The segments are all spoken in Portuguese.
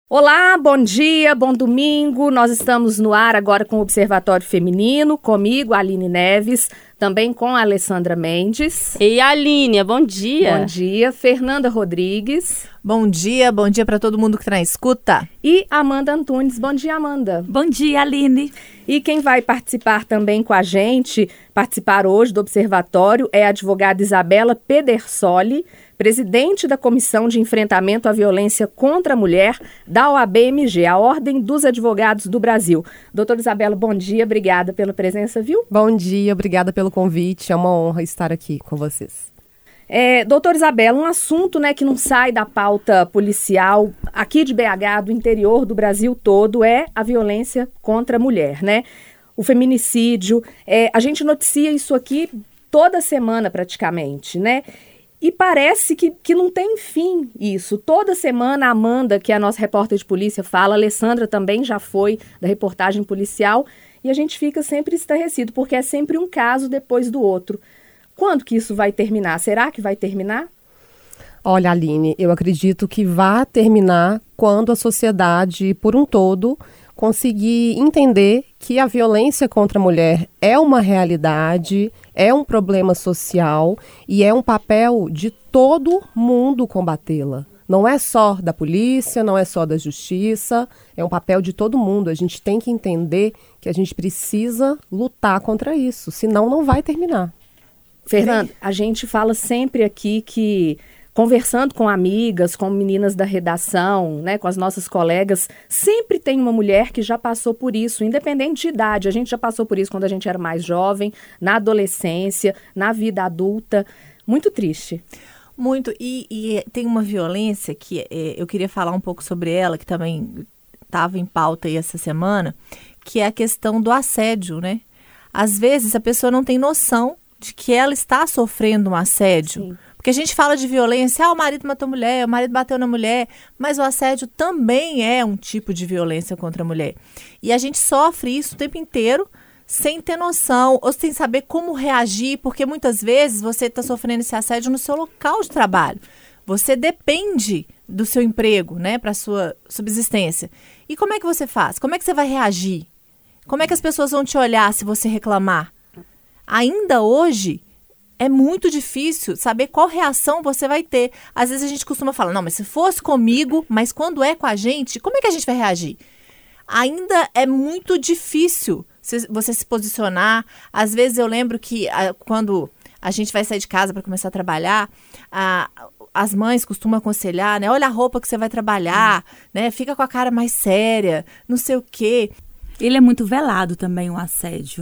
Olá, bom dia, bom domingo. Nós estamos no ar agora com o Observatório Feminino, comigo, Aline Neves, também com a Alessandra Mendes. Ei, Aline, bom dia. Bom dia. Fernanda Rodrigues. Bom dia para todo mundo que está na escuta. E Amanda Antunes. Bom dia, Amanda. Bom dia, Aline. E quem vai participar também com a gente, participar hoje do Observatório, é a advogada Isabela Pedersoli, presidente da Comissão de Enfrentamento à Violência contra a Mulher da OAB-MG, a Ordem dos Advogados do Brasil. Doutora Isabela, bom dia, obrigada pela presença, viu? Bom dia, obrigada pelo convite, é uma honra estar aqui com vocês. Doutora Isabela, um assunto, que não sai da pauta policial aqui de BH, do interior do Brasil todo, é a violência contra a mulher, O feminicídio, a gente noticia isso aqui toda semana praticamente, E parece que não tem fim isso. Toda semana a Amanda, que é a nossa repórter de polícia, fala, a Alessandra também já foi da reportagem policial, e a gente fica sempre estarrecido, porque é sempre um caso depois do outro. Quando que isso vai terminar? Será que vai terminar? Olha, Aline, eu acredito que vai terminar quando a sociedade, por um todo, conseguir entender que a violência contra a mulher é uma realidade, é um problema social e é um papel de todo mundo combatê-la. Não é só da polícia, não é só da justiça, é um papel de todo mundo. A gente tem que entender que a gente precisa lutar contra isso, senão não vai terminar. Fernanda, a gente fala sempre aqui que, conversando com amigas, com meninas da redação, com as nossas colegas, sempre tem uma mulher que já passou por isso, independente de idade. A gente já passou por isso quando a gente era mais jovem, na adolescência, na vida adulta. Muito triste. Muito. E tem uma violência que eu queria falar um pouco sobre ela, que também estava em pauta aí essa semana, que é a questão do assédio, Às vezes a pessoa não tem noção de que ela está sofrendo um assédio. Sim. Porque a gente fala de violência, o marido matou a mulher, o marido bateu na mulher, mas o assédio também é um tipo de violência contra a mulher. E a gente sofre isso o tempo inteiro, sem ter noção, ou sem saber como reagir, porque muitas vezes você está sofrendo esse assédio no seu local de trabalho. Você depende do seu emprego, para a sua subsistência. E como é que você faz? Como é que você vai reagir? Como é que as pessoas vão te olhar se você reclamar? Ainda hoje, é muito difícil saber qual reação você vai ter. Às vezes a gente costuma falar, não, mas se fosse comigo, mas quando é com a gente, como é que a gente vai reagir? Ainda é muito difícil você se posicionar. Às vezes eu lembro que quando a gente vai sair de casa para começar a trabalhar, as mães costumam aconselhar, olha a roupa que você vai trabalhar, fica com a cara mais séria, não sei o quê. Ele é muito velado também, o assédio,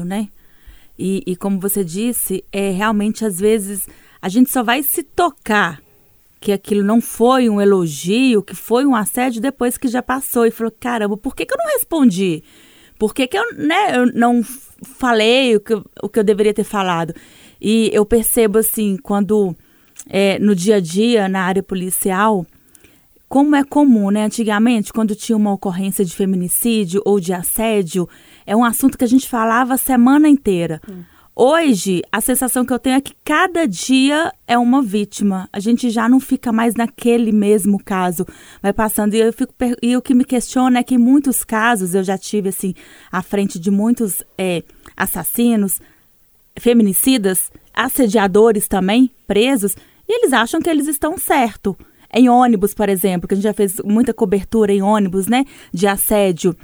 E como você disse, realmente, às vezes, a gente só vai se tocar que aquilo não foi um elogio, que foi um assédio depois que já passou. E falou, caramba, por que eu não respondi? Por que eu não falei o que eu deveria ter falado? E eu percebo, assim, quando no dia a dia, na área policial, como é comum, Antigamente, quando tinha uma ocorrência de feminicídio ou de assédio, é um assunto que a gente falava a semana inteira. Hoje, a sensação que eu tenho é que cada dia é uma vítima. A gente já não fica mais naquele mesmo caso. Vai passando. E o que me questiona é que em muitos casos, eu já tive, assim, à frente de muitos assassinos, feminicidas, assediadores também, presos, e eles acham que eles estão certos. Em ônibus, por exemplo, que a gente já fez muita cobertura em ônibus, de assédio.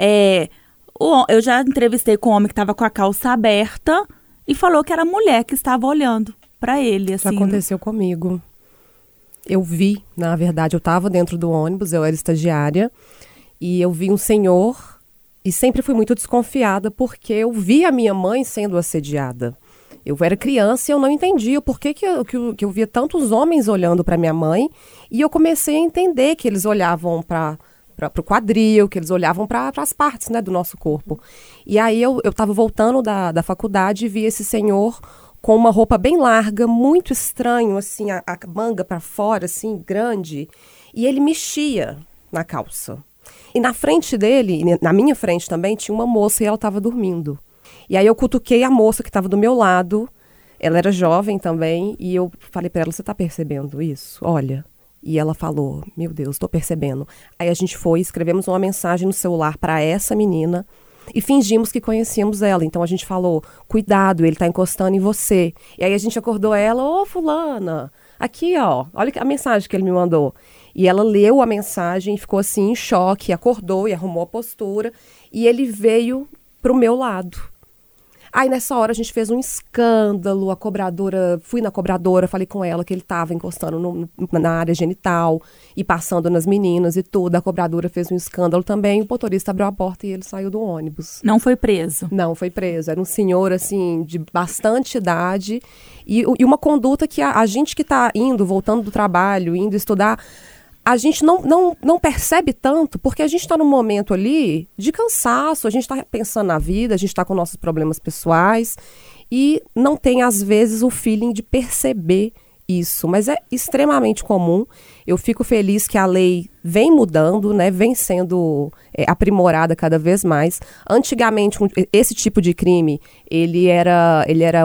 Eu já entrevistei com um homem que estava com a calça aberta e falou que era a mulher que estava olhando para ele. Assim. Isso aconteceu comigo. Eu vi, na verdade, eu estava dentro do ônibus, eu era estagiária, e eu vi um senhor, e sempre fui muito desconfiada, porque eu vi a minha mãe sendo assediada. Eu era criança e eu não entendia o porquê que eu via tantos homens olhando para minha mãe, e eu comecei a entender que eles olhavam para o quadril, que eles olhavam para as partes do nosso corpo. E aí eu estava voltando da faculdade e vi esse senhor com uma roupa bem larga, muito estranho, assim, a manga para fora, assim, grande, e ele mexia na calça. E na frente dele, na minha frente também, tinha uma moça e ela estava dormindo. E aí eu cutuquei a moça que estava do meu lado, ela era jovem também, e eu falei para ela, você está percebendo isso? Olha. E ela falou, meu Deus, tô percebendo. Aí a gente foi, escrevemos uma mensagem no celular para essa menina e fingimos que conhecíamos ela. Então a gente falou, cuidado, ele tá encostando em você. E aí a gente acordou ela, ô fulana, aqui ó, olha a mensagem que ele me mandou. E ela leu a mensagem e ficou assim em choque, acordou e arrumou a postura. E ele veio pro meu lado. Aí, nessa hora, a gente fez um escândalo, fui na cobradora, falei com ela que ele estava encostando na área genital e passando nas meninas e tudo. A cobradora fez um escândalo também, o motorista abriu a porta e ele saiu do ônibus. Não foi preso? Não foi preso, era um senhor, assim, de bastante idade e uma conduta que a gente que está voltando do trabalho, indo estudar, a gente não percebe tanto, porque a gente está num momento ali de cansaço, a gente está pensando na vida, a gente está com nossos problemas pessoais e não tem, às vezes, o feeling de perceber isso. Mas é extremamente comum. Eu fico feliz que a lei vem mudando, né, vem sendo aprimorada cada vez mais. Antigamente, esse tipo de crime, ele era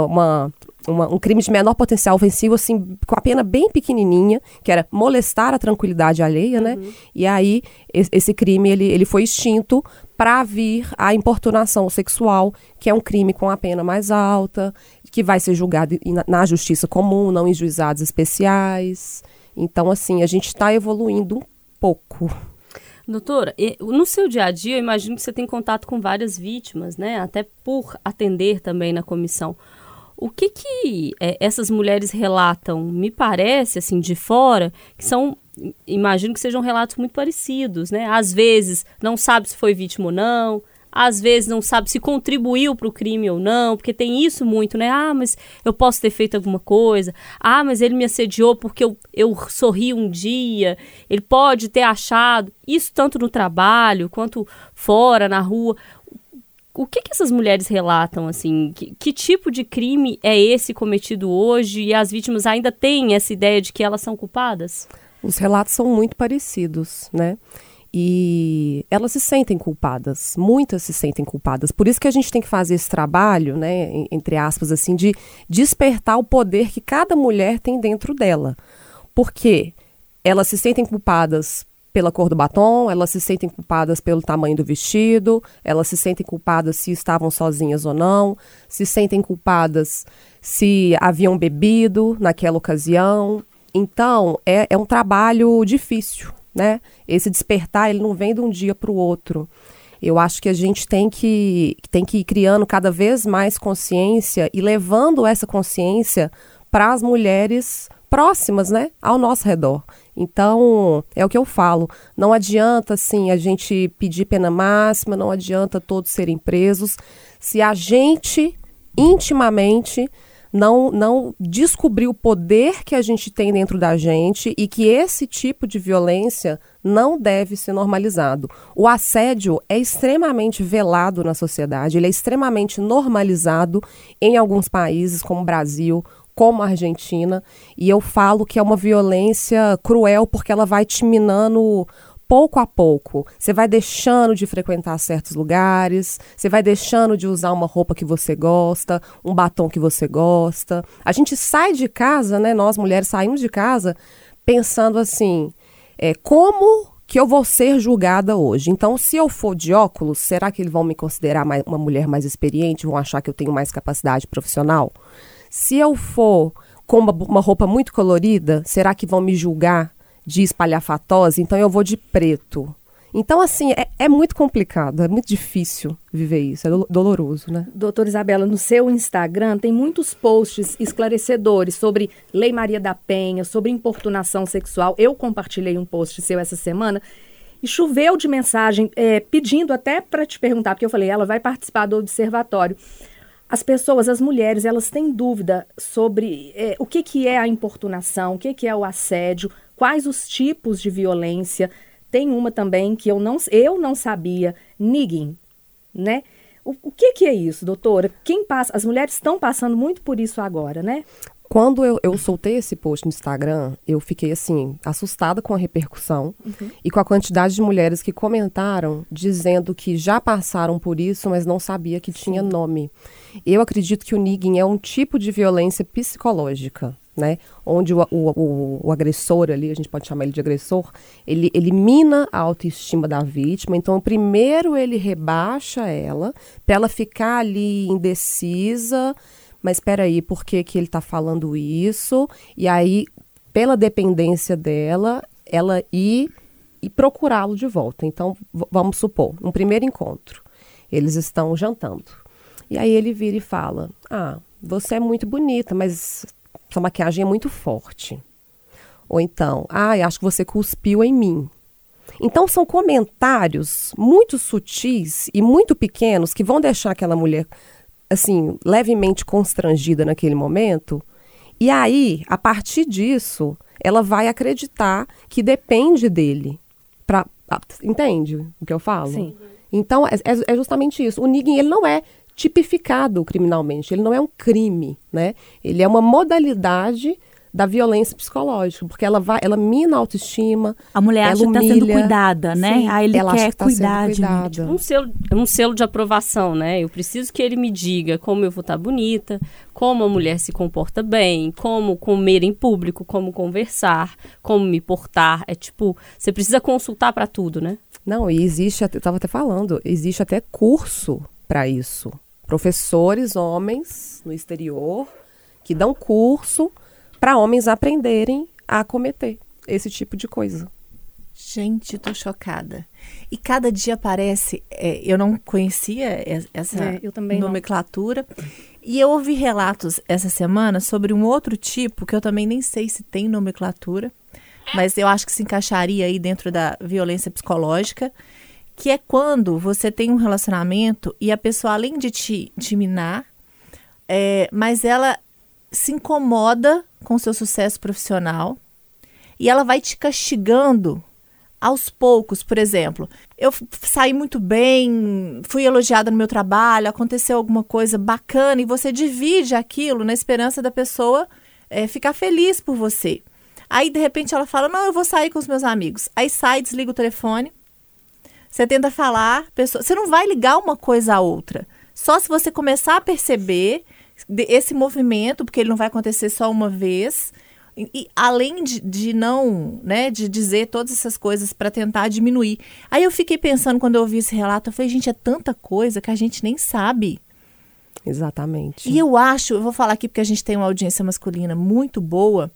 um crime de menor potencial ofensivo, assim, com a pena bem pequenininha, que era molestar a tranquilidade alheia, né? E aí, esse crime, ele foi extinto para vir a importunação sexual, que é um crime com a pena mais alta, que vai ser julgado na justiça comum, não em juizados especiais. Então, assim, a gente está evoluindo um pouco. Doutora, no seu dia a dia, eu imagino que você tem contato com várias vítimas, né? Até por atender também na comissão. O que essas mulheres relatam, me parece, assim, de fora, que são, imagino que sejam relatos muito parecidos, né? Às vezes não sabe se foi vítima ou não, às vezes não sabe se contribuiu para o crime ou não, porque tem isso muito, né? Ah, mas eu posso ter feito alguma coisa. Ah, mas ele me assediou porque eu sorri um dia. Ele pode ter achado. Isso tanto no trabalho quanto fora, na rua. O que essas mulheres relatam, assim? Que tipo de crime é esse cometido hoje e as vítimas ainda têm essa ideia de que elas são culpadas? Os relatos são muito parecidos, né? E elas se sentem culpadas, muitas se sentem culpadas. Por isso que a gente tem que fazer esse trabalho, né, entre aspas, assim, de despertar o poder que cada mulher tem dentro dela. Porque elas se sentem culpadas pela cor do batom, elas se sentem culpadas pelo tamanho do vestido, elas se sentem culpadas se estavam sozinhas ou não, se sentem culpadas se haviam bebido naquela ocasião. Então, é um trabalho difícil, né? Esse despertar, ele não vem de um dia para o outro. Eu acho que a gente tem que ir criando cada vez mais consciência e levando essa consciência para as mulheres próximas, né, ao nosso redor. Então, é o que eu falo, não adianta, assim, a gente pedir pena máxima, não adianta todos serem presos, se a gente, intimamente, não descobrir o poder que a gente tem dentro da gente e que esse tipo de violência não deve ser normalizado. O assédio é extremamente velado na sociedade, ele é extremamente normalizado em alguns países, como o Brasil, como a Argentina, e eu falo que é uma violência cruel porque ela vai te minando pouco a pouco. Você vai deixando de frequentar certos lugares, você vai deixando de usar uma roupa que você gosta, um batom que você gosta. A gente sai de casa, né? Nós mulheres saímos de casa pensando assim, como que eu vou ser julgada hoje? Então, se eu for de óculos, será que eles vão me considerar uma mulher mais experiente? Vão achar que eu tenho mais capacidade profissional? Se eu for com uma roupa muito colorida, será que vão me julgar de espalhafatosa? Então eu vou de preto. Então, assim, é muito complicado, é muito difícil viver isso, é doloroso, né? Doutora Isabela, no seu Instagram tem muitos posts esclarecedores sobre Lei Maria da Penha, sobre importunação sexual. Eu compartilhei um post seu essa semana e choveu de mensagem pedindo até para te perguntar, porque eu falei, ela vai participar do observatório. As pessoas, as mulheres, elas têm dúvida sobre o que é a importunação, o que é o assédio, quais os tipos de violência. Tem uma também que eu não sabia, nigging, né? O que é isso, doutora? As mulheres estão passando muito por isso agora, né? Quando eu soltei esse post no Instagram, eu fiquei, assim, assustada com a repercussão e com a quantidade de mulheres que comentaram dizendo que já passaram por isso, mas não sabia que tinha nome. Eu acredito que o nigging é um tipo de violência psicológica, né? Onde o agressor ali, a gente pode chamar ele de agressor, ele mina a autoestima da vítima. Então, primeiro ele rebaixa ela, para ela ficar ali indecisa, mas espera aí, por que ele está falando isso? E aí, pela dependência dela, ela ir e procurá-lo de volta. Então, vamos supor, um primeiro encontro, eles estão jantando. E aí ele vira e fala, você é muito bonita, mas sua maquiagem é muito forte. Ou então, acho que você cuspiu em mim. Então, são comentários muito sutis e muito pequenos que vão deixar aquela mulher, assim, levemente constrangida naquele momento. E aí, a partir disso, ela vai acreditar que depende dele. Entende o que eu falo? Sim. Então, é justamente isso. O nigging, ele não é tipificado criminalmente, ele não é um crime, né? Ele é uma modalidade da violência psicológica, porque ela mina a autoestima. A mulher acha que está sendo cuidada, né? Sim, ele ela quer tá cuidar de mim. Tipo um selo de aprovação, né? Eu preciso que ele me diga como eu vou estar bonita, como a mulher se comporta bem, como comer em público, como conversar, como me portar. É tipo, você precisa consultar para tudo, né? Não, e existe, eu estava até falando, existe até curso para isso. Professores, homens no exterior, que dão curso para homens aprenderem a cometer esse tipo de coisa. Gente, tô chocada. E cada dia aparece, eu não conhecia essa eu também nomenclatura, e eu ouvi relatos essa semana sobre um outro tipo, que eu também nem sei se tem nomenclatura, mas eu acho que se encaixaria aí dentro da violência psicológica, que é quando você tem um relacionamento e a pessoa, além de te minar, mas ela se incomoda com o seu sucesso profissional e ela vai te castigando aos poucos. Por exemplo, eu saí muito bem, fui elogiada no meu trabalho, aconteceu alguma coisa bacana e você divide aquilo na esperança da pessoa ficar feliz por você. Aí, de repente, ela fala, não, eu vou sair com os meus amigos. Aí sai, desliga o telefone. Você tenta falar, você não vai ligar uma coisa à outra. Só se você começar a perceber esse movimento, porque ele não vai acontecer só uma vez, e além de não, né, de dizer todas essas coisas para tentar diminuir. Aí eu fiquei pensando, quando eu ouvi esse relato, eu falei, gente, é tanta coisa que a gente nem sabe. Exatamente. E eu vou falar aqui porque a gente tem uma audiência masculina muito boa,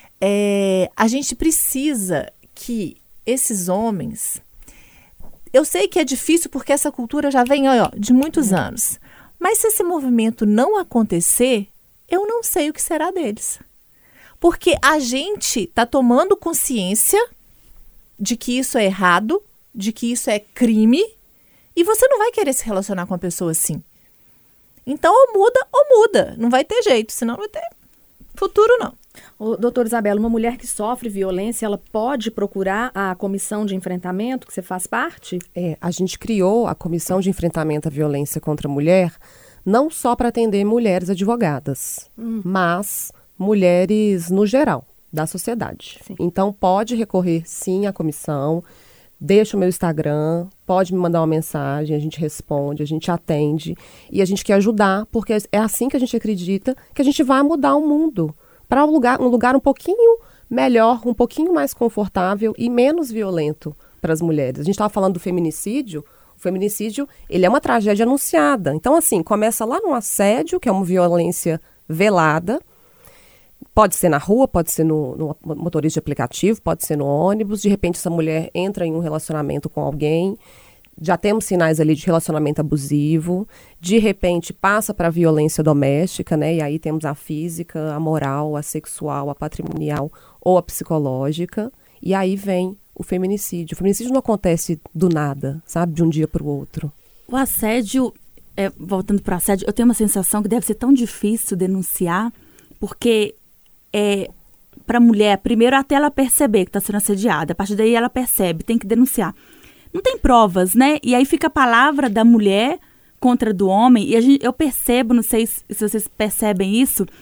a gente precisa que esses homens... Eu sei que é difícil porque essa cultura já vem de muitos anos. Mas se esse movimento não acontecer, eu não sei o que será deles. Porque a gente está tomando consciência de que isso é errado, de que isso é crime, e você não vai querer se relacionar com uma pessoa assim. Então, ou muda. Não vai ter jeito, senão não vai ter futuro, não. Doutora Isabela, uma mulher que sofre violência, ela pode procurar a comissão de enfrentamento, que você faz parte? A gente criou a Comissão de Enfrentamento à Violência contra a Mulher, não só para atender mulheres advogadas, mas mulheres no geral, da sociedade. Sim. Então, pode recorrer, sim, à comissão, deixa o meu Instagram, pode me mandar uma mensagem, a gente responde, a gente atende, e a gente quer ajudar, porque é assim que a gente acredita que a gente vai mudar o mundo para um lugar um pouquinho melhor, um pouquinho mais confortável e menos violento para as mulheres. A gente estava falando do feminicídio. O feminicídio, ele é uma tragédia anunciada. Então, assim, começa lá no assédio, que é uma violência velada. Pode ser na rua, pode ser no motorista de aplicativo, pode ser no ônibus. De repente, essa mulher entra em um relacionamento com alguém. Já temos sinais ali de relacionamento abusivo, de repente passa para a violência doméstica, né? E aí temos a física, a moral, a sexual, a patrimonial ou a psicológica. E aí vem o feminicídio. O feminicídio não acontece do nada, sabe? De um dia para o outro. O assédio, voltando para o assédio, eu tenho uma sensação que deve ser tão difícil denunciar, porque para a mulher, primeiro até ela perceber que está sendo assediada, a partir daí ela percebe, tem que denunciar. Não tem provas, né? E aí fica a palavra da mulher contra a do homem. E eu percebo, não sei se vocês percebem isso,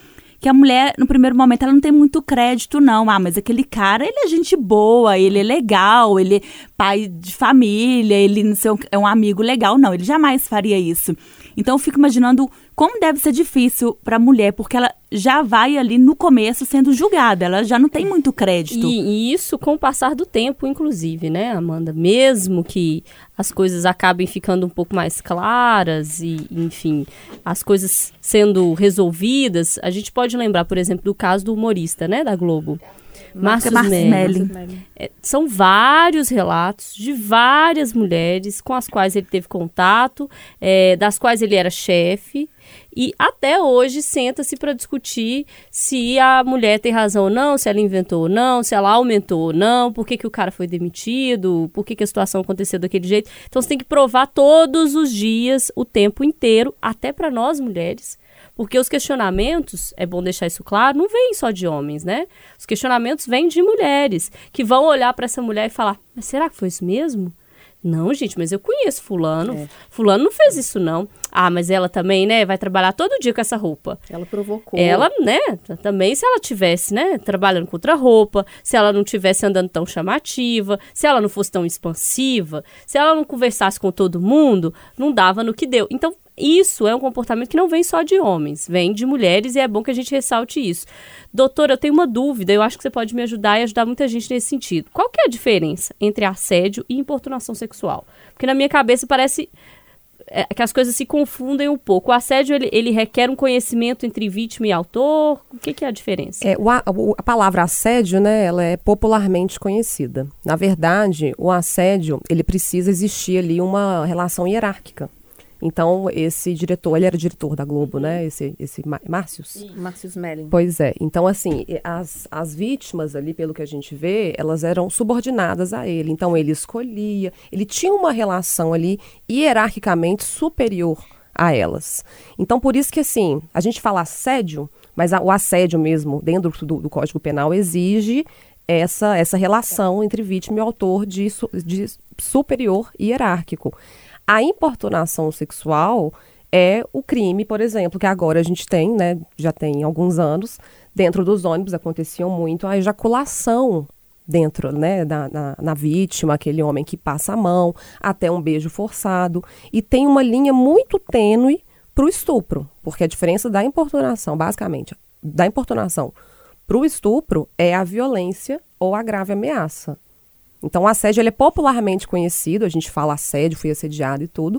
que a mulher, no primeiro momento, ela não tem muito crédito, não. Ah, mas aquele cara, ele é gente boa, ele é legal, ele é pai de família, ele não sei, é um amigo legal. Não, ele jamais faria isso. Então, eu fico imaginando como deve ser difícil para a mulher, porque ela já vai ali no começo sendo julgada, ela já não tem muito crédito. E isso com o passar do tempo, inclusive, né, Amanda? Mesmo que as coisas acabem ficando um pouco mais claras e, enfim, as coisas sendo resolvidas, a gente pode lembrar, por exemplo, do caso do humorista, né, da Globo. Márcio Smelling. São vários relatos de várias mulheres com as quais ele teve contato, das quais ele era chefe, e até hoje senta-se para discutir se a mulher tem razão ou não, se ela inventou ou não, se ela aumentou ou não, por que o cara foi demitido, por que a situação aconteceu daquele jeito. Então você tem que provar todos os dias, o tempo inteiro, até para nós mulheres. Porque os questionamentos, é bom deixar isso claro, não vêm só de homens, né? Os questionamentos vêm de mulheres, que vão olhar para essa mulher e falar, mas será que foi isso mesmo? Não, gente, mas eu conheço fulano. Fulano não fez isso, não. Ah, mas ela também, né, vai trabalhar todo dia com essa roupa. Ela provocou. Ela, né, também se ela tivesse, né, trabalhando com outra roupa, se ela não tivesse andando tão chamativa, se ela não fosse tão expansiva, se ela não conversasse com todo mundo, não dava no que deu. Então, isso é um comportamento que não vem só de homens, vem de mulheres e é bom que a gente ressalte isso. Doutora, eu tenho uma dúvida, eu acho que você pode me ajudar e ajudar muita gente nesse sentido. Qual que é a diferença entre assédio e importunação sexual? Porque na minha cabeça parece que as coisas se confundem um pouco. O assédio, ele requer um conhecimento entre vítima e autor? O que é a diferença? A palavra assédio, né, ela é popularmente conhecida. Na verdade, o assédio, ele precisa existir ali uma relação hierárquica. Então, esse diretor, ele era diretor da Globo, né? Esse Márcio Smelling. Pois é. Então, assim, as vítimas ali, pelo que a gente vê, elas eram subordinadas a ele. Então, ele escolhia, ele tinha uma relação ali hierarquicamente superior a elas. Então, por isso que, assim, a gente fala assédio, mas o assédio mesmo, dentro do Código Penal, exige essa relação entre vítima e autor de superior hierárquico. A importunação sexual é o crime, por exemplo, que agora a gente tem, né, já tem alguns anos, dentro dos ônibus aconteciam muito a ejaculação dentro, né, na vítima, aquele homem que passa a mão, até um beijo forçado. E tem uma linha muito tênue para o estupro, porque a diferença da importunação, basicamente, da importunação para o estupro é a violência ou a grave ameaça. Então, o assédio ele é popularmente conhecido, a gente fala assédio, fui assediado e tudo,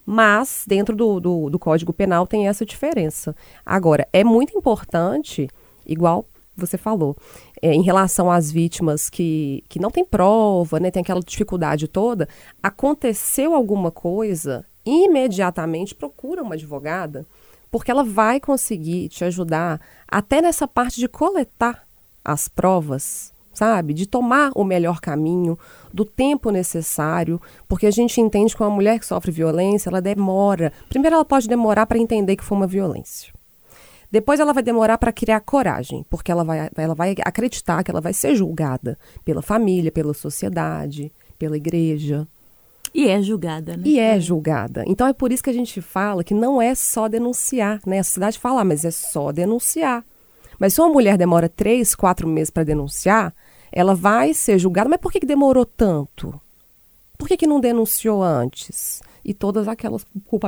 mas dentro do Código Penal tem essa diferença. Agora, é muito importante, igual você falou, em relação às vítimas que não tem prova, né, tem aquela dificuldade toda, aconteceu alguma coisa, imediatamente procura uma advogada, porque ela vai conseguir te ajudar até nessa parte de coletar as provas, sabe? De tomar o melhor caminho, do tempo necessário, porque a gente entende que uma mulher que sofre violência, ela demora. Primeiro, ela pode demorar para entender que foi uma violência. Depois, ela vai demorar para criar coragem, porque ela vai acreditar que ela vai ser julgada pela família, pela sociedade, pela igreja. E é julgada, né? E é julgada. Então, é por isso que a gente fala que não é só denunciar, né? A sociedade fala, mas é só denunciar. Mas se uma mulher demora 3, 4 meses para denunciar, ela vai ser julgada. Mas por que demorou tanto? Por que não denunciou antes? E todas aquelas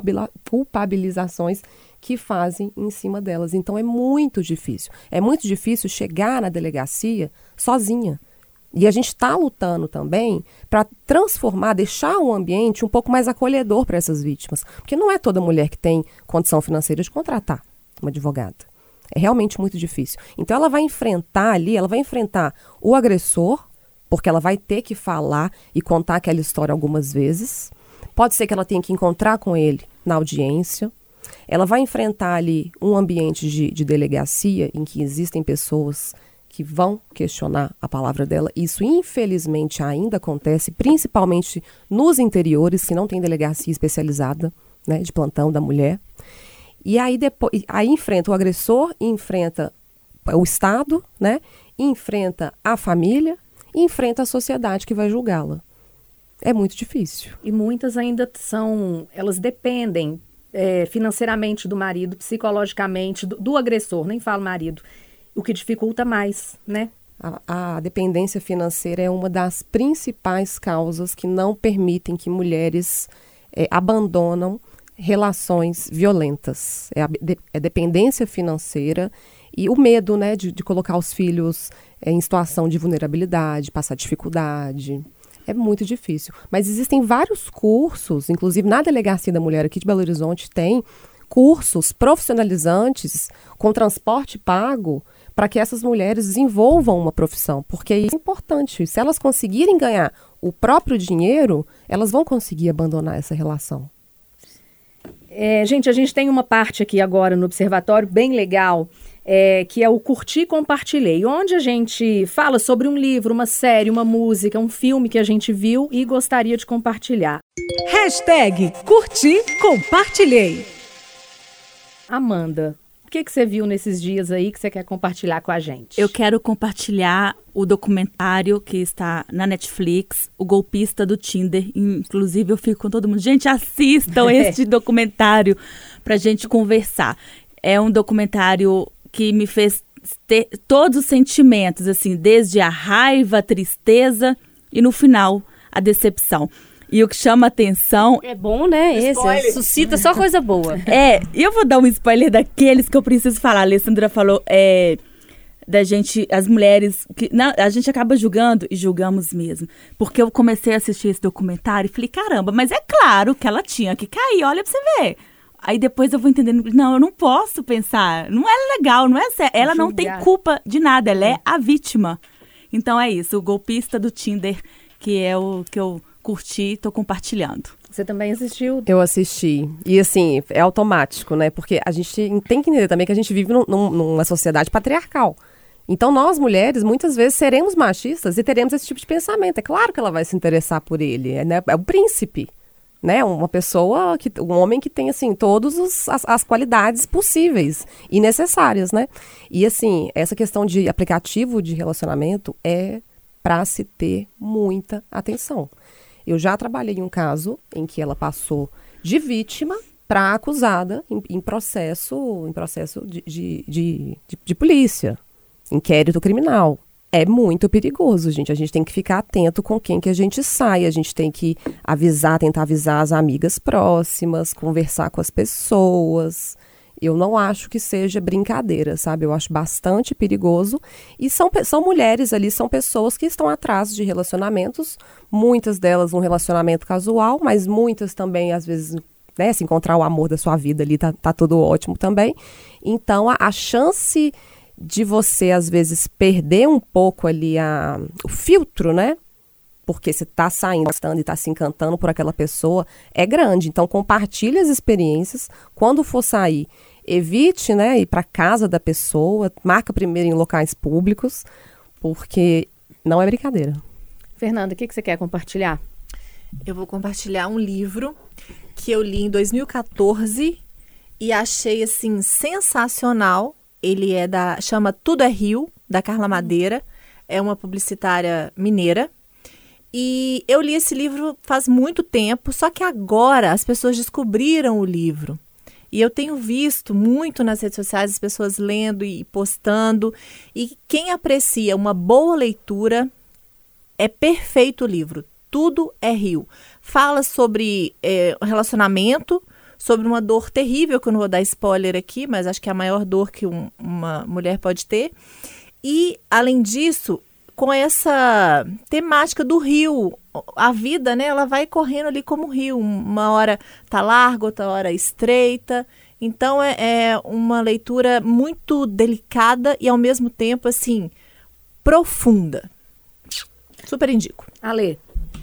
culpabilizações que fazem em cima delas. Então, é muito difícil. É muito difícil chegar na delegacia sozinha. E a gente está lutando também para transformar, deixar o ambiente um pouco mais acolhedor para essas vítimas. Porque não é toda mulher que tem condição financeira de contratar uma advogada. É realmente muito difícil. Então, ela vai enfrentar o agressor, porque ela vai ter que falar e contar aquela história algumas vezes. Pode ser que ela tenha que encontrar com ele na audiência. Ela vai enfrentar ali um ambiente de delegacia em que existem pessoas que vão questionar a palavra dela. Isso, infelizmente, ainda acontece, principalmente nos interiores, que não tem delegacia especializada, né, de plantão da mulher. E aí enfrenta o agressor, enfrenta o Estado, né? Enfrenta a família e enfrenta a sociedade que vai julgá-la. É muito difícil. E muitas ainda elas dependem financeiramente do marido, psicologicamente, do agressor, nem falo marido, o que dificulta mais, né? A dependência financeira é uma das principais causas que não permitem que mulheres abandonam relações violentas. É a dependência financeira e o medo, né, de colocar os filhos em situação de vulnerabilidade, passar dificuldade. É muito difícil. Mas existem vários cursos, inclusive na Delegacia da Mulher aqui de Belo Horizonte tem cursos profissionalizantes com transporte pago para que essas mulheres desenvolvam uma profissão, porque isso é importante. Se elas conseguirem ganhar o próprio dinheiro, elas vão conseguir abandonar essa relação. Gente, a gente tem uma parte aqui agora no Observatório bem legal, que é o Curti e Compartilhei, onde a gente fala sobre um livro, uma série, uma música, um filme que a gente viu e gostaria de compartilhar. #Curti Compartilhei. Amanda, o que você viu nesses dias aí que você quer compartilhar com a gente? Eu quero compartilhar o documentário que está na Netflix, O Golpista do Tinder. Inclusive, eu fico com todo mundo. Gente, assistam este documentário pra gente conversar. É um documentário que me fez ter todos os sentimentos, assim, desde a raiva, a tristeza e, no final, a decepção. E o que chama atenção... É bom, né? Esse suscita só coisa boa. E eu vou dar um spoiler daqueles que eu preciso falar. A Alessandra falou da gente, as mulheres... a gente acaba julgando e julgamos mesmo. Porque eu comecei a assistir esse documentário e falei, caramba, mas é claro que ela tinha que cair, olha pra você ver. Aí depois eu vou entendendo, não, eu não posso pensar, não é legal, não é sério. Ela não tem culpa de nada, ela é a vítima. Então é isso, o golpista do Tinder, que é o que eu curti, tô compartilhando. Você também assistiu? Eu assisti. E assim, é automático, né? Porque a gente tem que entender também que a gente vive numa sociedade patriarcal. Então nós, mulheres, muitas vezes seremos machistas e teremos esse tipo de pensamento. É claro que ela vai se interessar por ele, né? É o príncipe. Né, uma pessoa, um homem que tem, assim, todas as qualidades possíveis e necessárias, né? E, assim, essa questão de aplicativo de relacionamento é para se ter muita atenção. Eu já trabalhei em um caso em que ela passou de vítima para acusada em processo de polícia, inquérito criminal. É muito perigoso, gente. A gente tem que ficar atento com quem que a gente sai. A gente tem que tentar avisar as amigas próximas, conversar com as pessoas. Eu não acho que seja brincadeira, sabe? Eu acho bastante perigoso. E são mulheres ali, são pessoas que estão atrás de relacionamentos. Muitas delas um relacionamento casual, mas muitas também, às vezes, né, se encontrar o amor da sua vida ali, tá tudo ótimo também. Então, a chance de você, às vezes, perder um pouco ali o filtro, né? Porque você está saindo, gostando e está se encantando por aquela pessoa, é grande. Então, compartilhe as experiências. Quando for sair, evite, né, ir para casa da pessoa, marca primeiro em locais públicos, porque não é brincadeira. Fernanda, o que você quer compartilhar? Eu vou compartilhar um livro que eu li em 2014 e achei, assim, sensacional. Ele chama Tudo é Rio, da Carla Madeira. É uma publicitária mineira. E eu li esse livro faz muito tempo, só que agora as pessoas descobriram o livro. E eu tenho visto muito nas redes sociais as pessoas lendo e postando. E quem aprecia uma boa leitura, é perfeito o livro. Tudo é Rio. Fala sobre relacionamento, sobre uma dor terrível, que eu não vou dar spoiler aqui, mas acho que é a maior dor que uma mulher pode ter. E, além disso, com essa temática do rio, a vida, né, ela vai correndo ali como rio. Uma hora tá larga, outra hora estreita. Então, é uma leitura muito delicada e, ao mesmo tempo, assim, profunda. Super indico. Ale.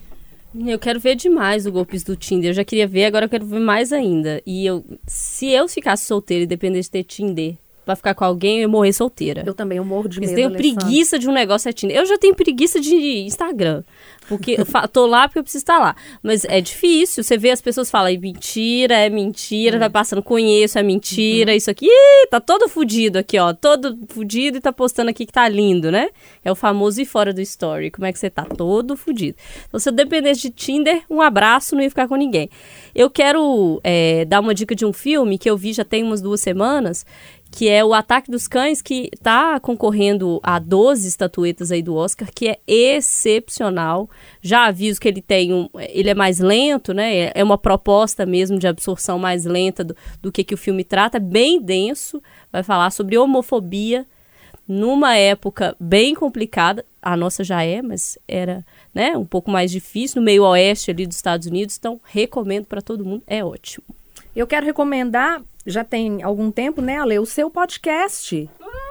Eu quero ver demais o Golpista do Tinder. Eu já queria ver, agora eu quero ver mais ainda. E se eu ficasse solteira e dependesse de ter Tinder pra ficar com alguém, eu ia morrer solteira. Eu também, eu morro de medo, Eu tenho Alessandra. preguiça de um negócio é Tinder. Eu já tenho preguiça de Instagram. Porque eu tô lá porque eu preciso estar lá. Mas é difícil. Você vê as pessoas falam, é mentira, vai passando, conheço, é mentira, isso aqui. Ih, tá todo fudido aqui, ó. Todo fudido e tá postando aqui que tá lindo, né? É o famoso ir fora do story. Como é que você tá? Todo fudido. Então, se eu dependesse de Tinder, um abraço, não ia ficar com ninguém. Eu quero dar uma dica de um filme que eu vi já tem umas 2 semanas, que é o Ataque dos Cães, que está concorrendo a 12 estatuetas aí do Oscar, que é excepcional. Já aviso que ele é mais lento, né? É uma proposta mesmo de absorção mais lenta do que o filme trata. É bem denso, vai falar sobre homofobia numa época bem complicada. A nossa já é, mas era, né, um pouco mais difícil, no meio oeste ali dos Estados Unidos. Então, recomendo para todo mundo, é ótimo. Eu quero recomendar, já tem algum tempo, né, Ale, o seu podcast.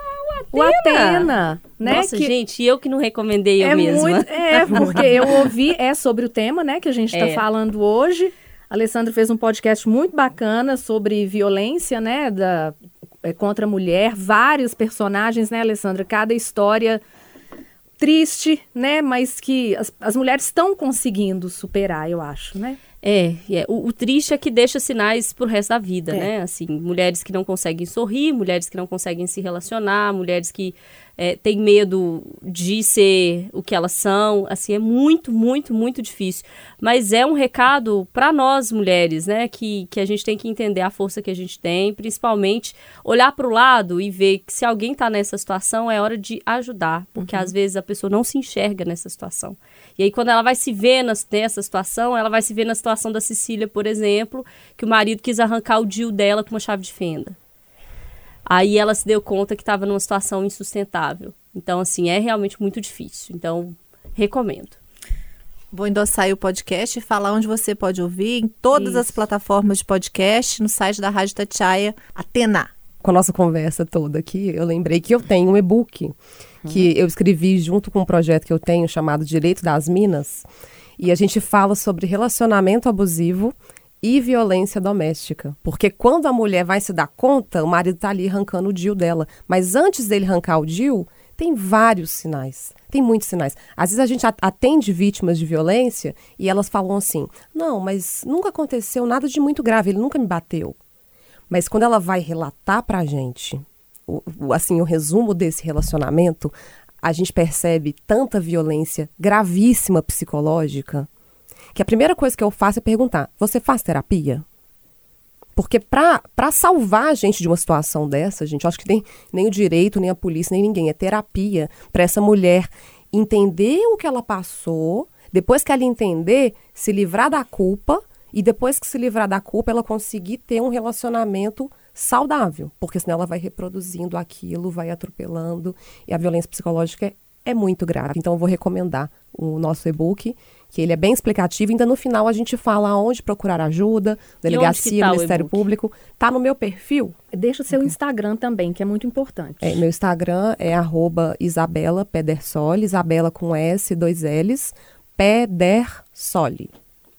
O Atena, né? Nossa, gente, eu que não recomendei eu mesma. Porque eu ouvi, sobre o tema, né, que a gente está falando hoje. A Alessandra fez um podcast muito bacana sobre violência, né, contra a mulher. Vários personagens, né, Alessandra? Cada história triste, né, mas que as mulheres estão conseguindo superar, eu acho, né? O triste é que deixa sinais pro resto da vida, né? Assim, mulheres que não conseguem sorrir, mulheres que não conseguem se relacionar, mulheres que têm medo de ser o que elas são. Assim, é muito, muito, muito difícil. Mas é um recado para nós, mulheres, né? Que a gente tem que entender a força que a gente tem, principalmente olhar para o lado e ver que se alguém está nessa situação, é hora de ajudar, porque às vezes a pessoa não se enxerga nessa situação. E aí, quando ela vai se ver nessa situação, ela vai se ver na situação da Cecília, por exemplo, que o marido quis arrancar o DIU dela com uma chave de fenda. Aí ela se deu conta que estava numa situação insustentável. Então, assim, é realmente muito difícil. Então, recomendo. Vou endossar aí o podcast e falar onde você pode ouvir, em todas as plataformas de podcast, no site da Rádio Itatiaia, Atena. Com a nossa conversa toda aqui, eu lembrei que eu tenho um e-book que eu escrevi junto com um projeto que eu tenho chamado Direito das Minas, e a gente fala sobre relacionamento abusivo e violência doméstica. Porque quando a mulher vai se dar conta, o marido está ali arrancando o DIU dela. Mas antes dele arrancar o DIU, tem vários sinais. Tem muitos sinais. Às vezes a gente atende vítimas de violência e elas falam assim, não, mas nunca aconteceu nada de muito grave, ele nunca me bateu. Mas quando ela vai relatar pra gente, o resumo desse relacionamento, a gente percebe tanta violência gravíssima psicológica, que a primeira coisa que eu faço é perguntar, você faz terapia? Porque para salvar a gente de uma situação dessa, gente, eu acho que nem o direito, nem a polícia, nem ninguém, é terapia para essa mulher entender o que ela passou, depois que ela entender, se livrar da culpa, e depois que se livrar da culpa, ela conseguir ter um relacionamento saudável, porque senão ela vai reproduzindo aquilo, vai atropelando, e a violência psicológica é muito grave. Então eu vou recomendar o nosso e-book, que ele é bem explicativo, ainda no final a gente fala onde procurar ajuda, delegacia, Ministério Público. Tá no meu perfil. Deixa o seu Instagram também, que é muito importante. Meu Instagram é @Isabela Pedersoli, Isabela com S, 2 L's, Pedersoli.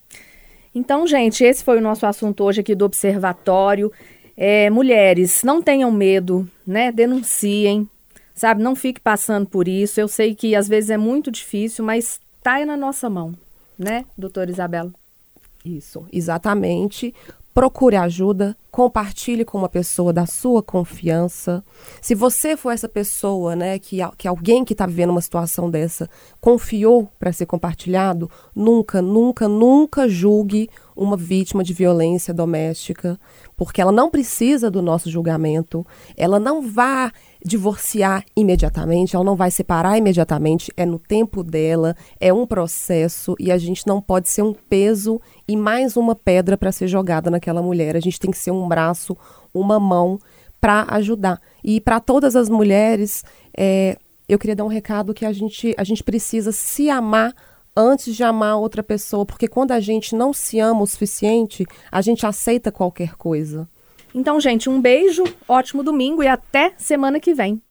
Então, gente, esse foi o nosso assunto hoje aqui do Observatório. Mulheres, não tenham medo, né? Denunciem, sabe? Não fique passando por isso. Eu sei que às vezes é muito difícil, mas tá aí na nossa mão, né, doutora Isabela? Isso, exatamente. Procure ajuda, compartilhe com uma pessoa da sua confiança. Se você for essa pessoa, né, que alguém que está vivendo uma situação dessa confiou para ser compartilhado, nunca, nunca, nunca julgue uma vítima de violência doméstica, porque ela não precisa do nosso julgamento, ela não vai divorciar imediatamente, ela não vai separar imediatamente, é no tempo dela, é um processo e a gente não pode ser um peso e mais uma pedra para ser jogada naquela mulher. A gente tem que ser um braço, uma mão para ajudar. E para todas as mulheres, eu queria dar um recado que a gente precisa se amar antes de amar outra pessoa, porque quando a gente não se ama o suficiente, a gente aceita qualquer coisa. Então, gente, um beijo, ótimo domingo e até semana que vem.